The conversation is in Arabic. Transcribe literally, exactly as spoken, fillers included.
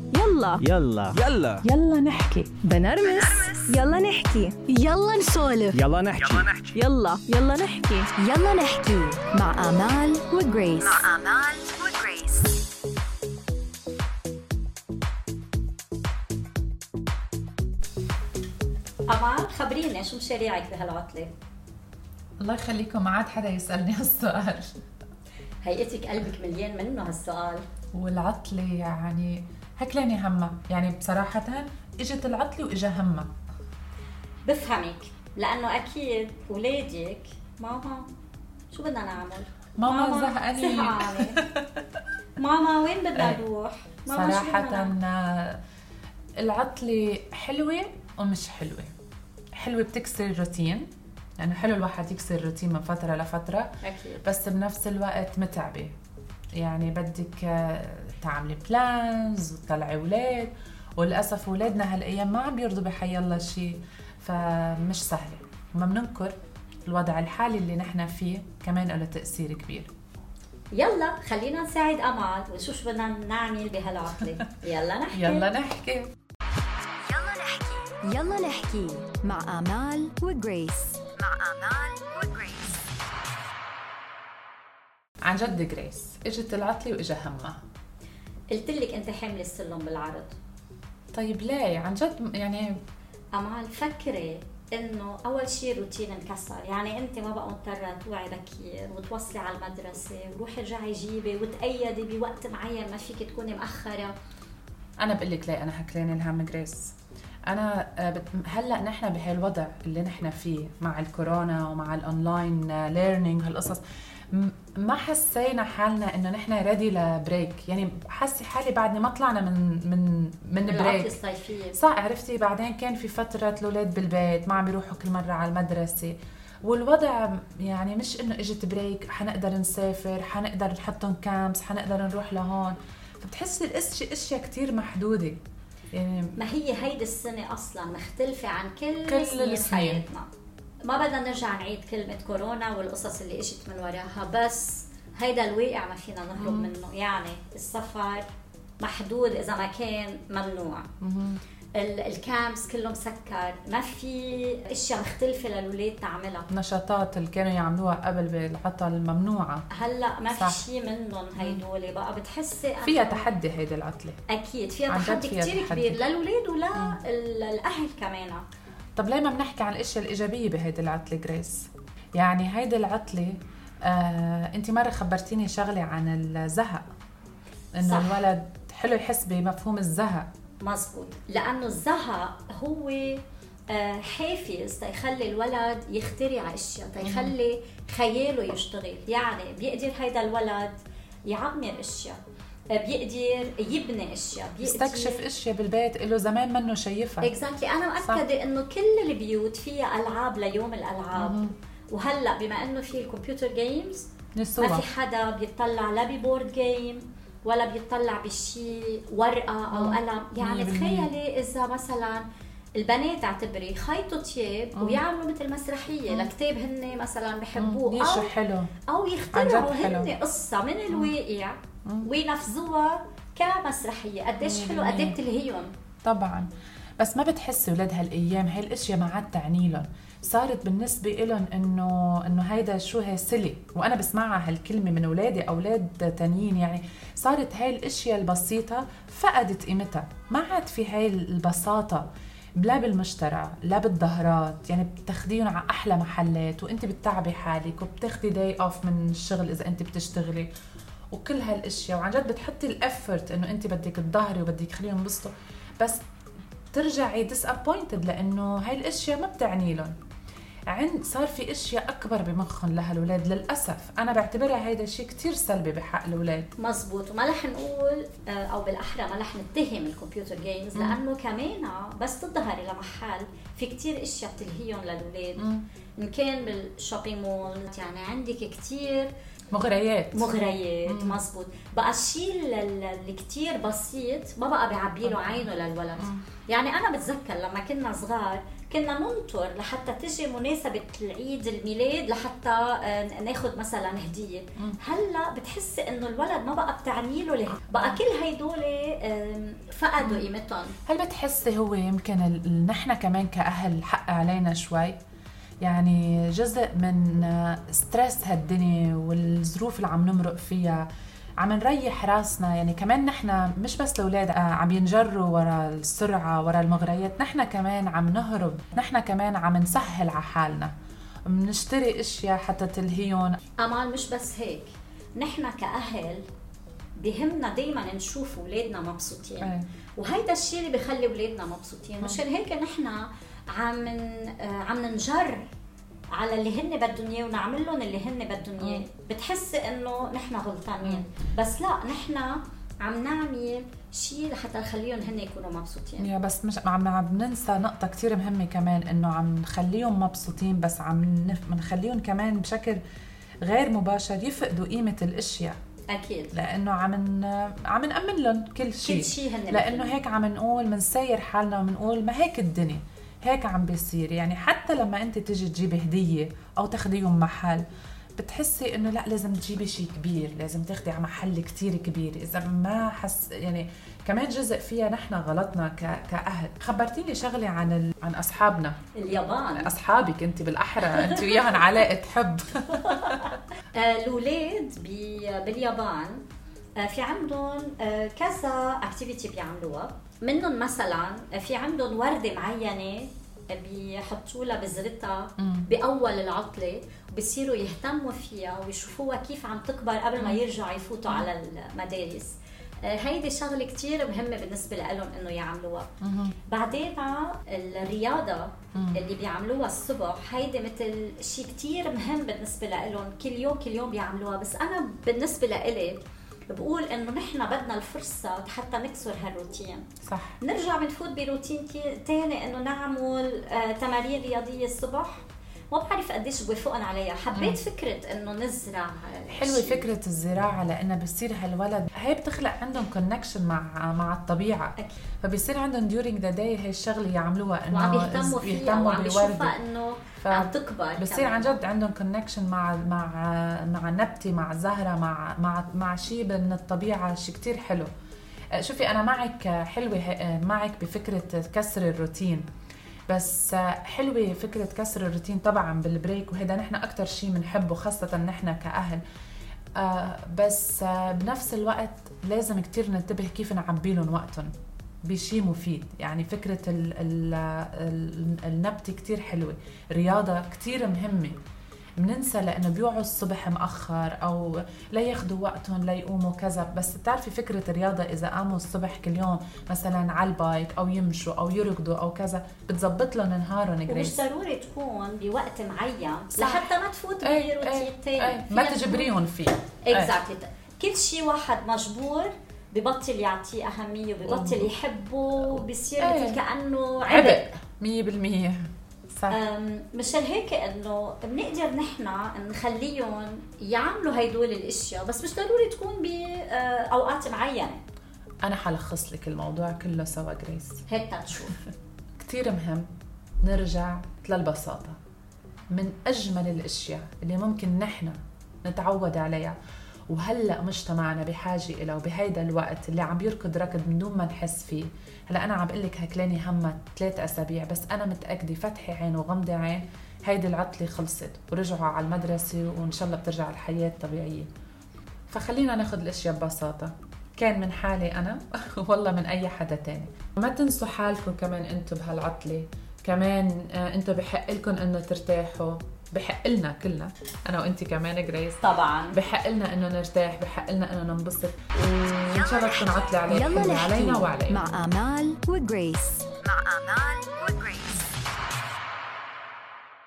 يلا يلا يلا يلا نحكي بنرمس يلا نحكي يلا نسولف يلا نحكي يلا يلا نحكي يلا نحكي مع آمال وجريس مع آمال وجريس. أمال خبريني شو مشاريعك بهالعطلة؟ الله يخليكم، ما عاد حدا يسألني هالسؤال. هيئتك قلبك مليان منه هالسؤال. والعطلة يعني هكلاني همها، يعني بصراحة اجت العطلة واجا همها. بفهمك، لأنه أكيد ولادك ماما شو بدنا نعمل؟ ماما زهقانة زهقانة ماما وين بدنا نروح؟ ماما شو صراحة بدنا؟ العطلة حلوة ومش حلوة. حلوة بتكسر الروتين، لأنه حلو الواحد يكسر الروتين من فترة لفترة، أكيد. بس بنفس الوقت متعبة، يعني بدك تعملي بلانز وتطلعي أولاد، وللأسف أولادنا هالأيام ما عم بيرضوا بحي الله شيء، فمش سهلة. وما بننكر الوضع الحالي اللي نحن فيه كمان له تأثير كبير. يلا خلينا نساعد أمال ونشوف شو بدنا نعمل بهالعطلة. يلا نحكي يلا نحكي يلا نحكي يلا نحكي مع آمال وجريس مع آمال وجريس. عن جد جريس، اجت العطلة واجا همها. قلت لك أنت حاملة السلم بالعرض. طيب ليه؟ عن جد يعني أمال فكري انه اول شيء روتين انكسر، يعني انت ما بقى مضطره توعي بكير وتوصلي على المدرسه وروحي ارجعي جيبي وتأيدي بوقت معين ما فيك تكوني مأخره. انا بقول لك ليه انا هكلاني الهم جريس. انا هلا نحن بهالوضع اللي نحن فيه مع الكورونا ومع الاونلاين ليرنينج هالقصص، ما حسينا حالنا انه نحن ريدي لبريك، يعني حاسه حالي بعدني ما طلعنا من من من بريك الصيفيه. صح، عرفتي؟ بعدين كان في فتره الاولاد بالبيت ما عم يروحوا كل مره على المدرسه، والوضع يعني مش انه اجت بريك حنقدر نسافر، حنقدر نحطهم كامبس، حنقدر نروح لهون، فبتحسي الاشياء اشياء كثير محدوده. يعني ما هي هيدي السنه اصلا مختلفه عن كل, كل سنين السنين. حياتنا. ما بدنا نرجع نعيد كلمة كورونا والقصص اللي اجت من وراها، بس هيدا الواقع ما فينا نهرب مم. منه. يعني السفر محدود إذا ما كان ممنوع. الكامبس كله مسكر، ما في اشياء مختلفة للولاد تعملها. نشاطات اللي كانوا يعملوها قبل بالعطل ممنوعة، هلا ما صح. في شيء منهم هيدول. بقى بتحسي فيها تحدي هيدي العطلة، أكيد فيها عن جد تحدي فيها كتير تحدي. كبير للولاد وللأهل كمان. طب ليه ما بنحكي عن الاشياء الايجابيه بهيدي العطله جريس؟ يعني هيدي العطله آه، انت مره خبرتيني شغله عن الزهق، انه صح. الولد حلو يحس بمفهوم الزهق. مزبوط، لانه الزهق هو آه حافز تيخلي الولد يخترع اشياء، تيخلي خياله يشتغل. يعني بيقدر هيدا الولد يعمر اشياء، بيقدر يبني اشياء، بيقدر يستكشف اشياء بالبيت له زمان منه شايفها. اكزاكتلي. انا مأكده انه كل البيوت فيها العاب ليوم الالعاب. مم. وهلا بما انه في الكمبيوتر جيمز نسوها. ما في حدا بيطلع لا ببورد جيم ولا بيطلع بشيء ورقه او قلم. يعني تخيلي اذا مثلا البنات اعتبري خيطوا تياب ويعملوا مثل مسرحيه مم. لكتاب هن مثلا بحبوه، او حلو، او يخترعوا هن قصه من الواقع وينفذوها كمسرحيه. قديش حلو، قد ايه بتلهيهم. طبعا، بس ما بتحسي ولاد هالأيام هاي الأشياء ما عاد تعني لهم، صارت بالنسبة لهم إنه إنه هيدا شو هي سلي، وأنا بسمعها هالكلمة من أولادي أولاد تانيين. يعني صارت هاي الأشياء البسيطة فقدت قيمتها، ما عاد في هاي البساطة، لا بالمشترى لا بالظهرات. يعني بتاخديهم على أحلى محلات وأنت بتتعبي حالك، وبتاخدي داي أوف من الشغل إذا أنت بتشتغلي، وكل هالاشياء، وعن جد بتحطي الافورت انه انت بدك تظهري وبدك تخليهم ينبسطوا، بس ترجعي ديسابوينتد لانه هاي الاشياء ما بتعني لهم. عند صار في اشياء اكبر بمخهم لهالولاد للاسف. انا بعتبرها هيدا شيء كتير سلبي بحق الاولاد. مزبوط، وما رح نقول او بالاحرى ما رح نتهم الكمبيوتر جيمز، لانه كمان بس تظهري لمحل في كتير اشياء بتلهيهم للاولاد. ان كان بالشوبينج مول، يعني عندك كتير مغريات مغريات. مزبوط. بقى الشيء اللي كتير بسيط ما بقى بيعبي له عينه للولد. مم. يعني انا بتذكر لما كنا صغار كنا ننطر لحتى تجي مناسبة العيد الميلاد لحتى ناخد مثلا هدية. هلا بتحسي انه الولد ما بقى بتعني له له، بقى كل هيدول فقدوا قيمتهم. هل بتحسي هو يمكن ال... نحن كمان كأهل حق علينا شوي؟ يعني جزء من ستريس هالدنيا والظروف اللي عم نمرق فيها عم نريح راسنا، يعني كمان نحن مش بس الأولاد عم ينجروا ورا السرعة ورا المغريات، نحن كمان عم نهرب، نحن كمان عم نسهل على حالنا، بنشتري اشياء حتى تلهيهم. أمال مش بس هيك، نحن كأهل بهمنا دايما نشوف أولادنا مبسوطين. أي. وهيدا الشيء اللي بيخلي أولادنا مبسوطين، مشان هيك نحن عم عم ننجر على اللي هن بدهم اياه ونعمل لهم اللي هن بدهم اياه. بتحسي انه نحن غلطانين، بس لا، نحن عم نعمل شيء لحتى نخليهم هن يكونوا مبسوطين. يا بس مش عم عم ننسى نقطة كتير مهمة كمان، انه عم نخليهم مبسوطين بس عم نخليهم كمان بشكل غير مباشر يفقدوا قيمة الاشياء. اكيد، لانه عم عم نأمن لهم كل شيء، كل شيء هن، لانه هيك عم نقول منسير حالنا ومنقول ما هيك الدنيا، هيك عم بيصير. يعني حتى لما انت تيجي تجيبي هديه او تاخديهم محل، بتحسي انه لا لازم تجيبي شيء كبير، لازم تاخدي على محل كتير كبير. اذا ما حس يعني كمان جزء فيها نحن غلطنا كاهل. خبرتيني شغله عن ال... عن اصحابنا اليابان. اصحابك انت بالاحرى، انت وياهم علاقه حب. الاولاد باليابان في عندهم كذا اكتيفيتي بيعملوها، منهم مثلا في عندهم ورده معينه بيحطوا لها بذرتها باول العطله، وبصيروا يهتموا فيها ويشوفوها كيف عم تكبر قبل ما يرجعوا يفوتوا على المدارس. هيدي شغله كتير مهمه بالنسبه لهم انه يعملوها. بعدين الرياضه اللي بيعملوها الصبح، هيدي مثل شيء كتير مهم بالنسبه لهم، كل يوم كل يوم بيعملوها. بس انا بالنسبه لإلي بقول انه نحن بدنا الفرصه حتى نكسر هالروتين. صح، نرجع بنفوت بروتين تاني، انه نعمل آه تمارين رياضيه الصبح. ما بعرف قديش بوافقن عليها. حبيت مم. فكره انه نزرع. حلوه فكره الزراعه، لانه بصير هالولد هي بتخلق عندهم كونكشن مع مع الطبيعه. أكيد. فبصير عندهم during the day هي الشغله يعملوها، انه وعم يهتموا فيها وعم يشوفها انه عم تكبر. بصير عن جد عندهم كونكشن مع مع مع النبته، مع الزهره، مع مع مع شيء من الطبيعه، شيء كتير حلو. شوفي انا معك، حلوه معك بفكره كسر الروتين، بس حلوة فكرة كسر الروتين طبعا بالبريك، وهذا نحن أكتر شيء بنحبه خاصة نحن كأهل. آه بس آه بنفس الوقت لازم كتير ننتبه كيف نعبي لهم وقتهم بشيء مفيد. يعني فكرة ال ال ال النبتة كتير حلوة، رياضة كتير مهمة. بننسى لأنه بيوعوا الصبح مأخر أو لا ياخدوا وقتهم لا يقوموا كذا. بس بتعرفي فكرة الرياضة إذا قاموا الصبح كل يوم مثلا على البايك أو يمشوا أو يركضوا أو كذا، بتزبط لهم نهارهم. ومش ضروري تكون بوقت معين لحتى ما تفوت بروتين تاني، ما تجبريهم فيه. اكزاكتلي. كل شيء واحد مجبور ببطل يعطيه أهمية وببطل يحبه، بيصير مثل كأنه عبء. مية بالمية. مشان هيك انه بنقدر نحن نخليهم يعملوا هيدول الاشياء، بس مش ضروري تكون باوقات معينه. انا حلخص لك الموضوع كله سوا جريس، هيك تشوف. كتير مهم نرجع للبساطه. من اجمل الاشياء اللي ممكن نحن نتعود عليها، وهلا مجتمعنا بحاجه إلى، وبهيدا الوقت اللي عم يركض ركض من دون ما نحس فيه. هلا انا عم بقول لك هكلاني همت ثلاث اسابيع، بس انا متاكده فتحي عين وغمضي عين هيدي العطله خلصت ورجعوا على المدرسه، وان شاء الله بترجع الحياه طبيعيه. فخلينا ناخذ الاشياء ببساطه، كان من حالي انا والله من اي حدا تاني. ما تنسوا حالكم كمان انتم بهالعطله، كمان انتم بحق لكم انه ترتاحوا، بحق لنا كلنا انا وانتي كمان جريس طبعا، بحق لنا انه نرتاح، بحق لنا انه ننبسط، وان شاء الله تكون عطله علينا علينا وعلينا. مع آمال وجريس. مع آمال وجريس.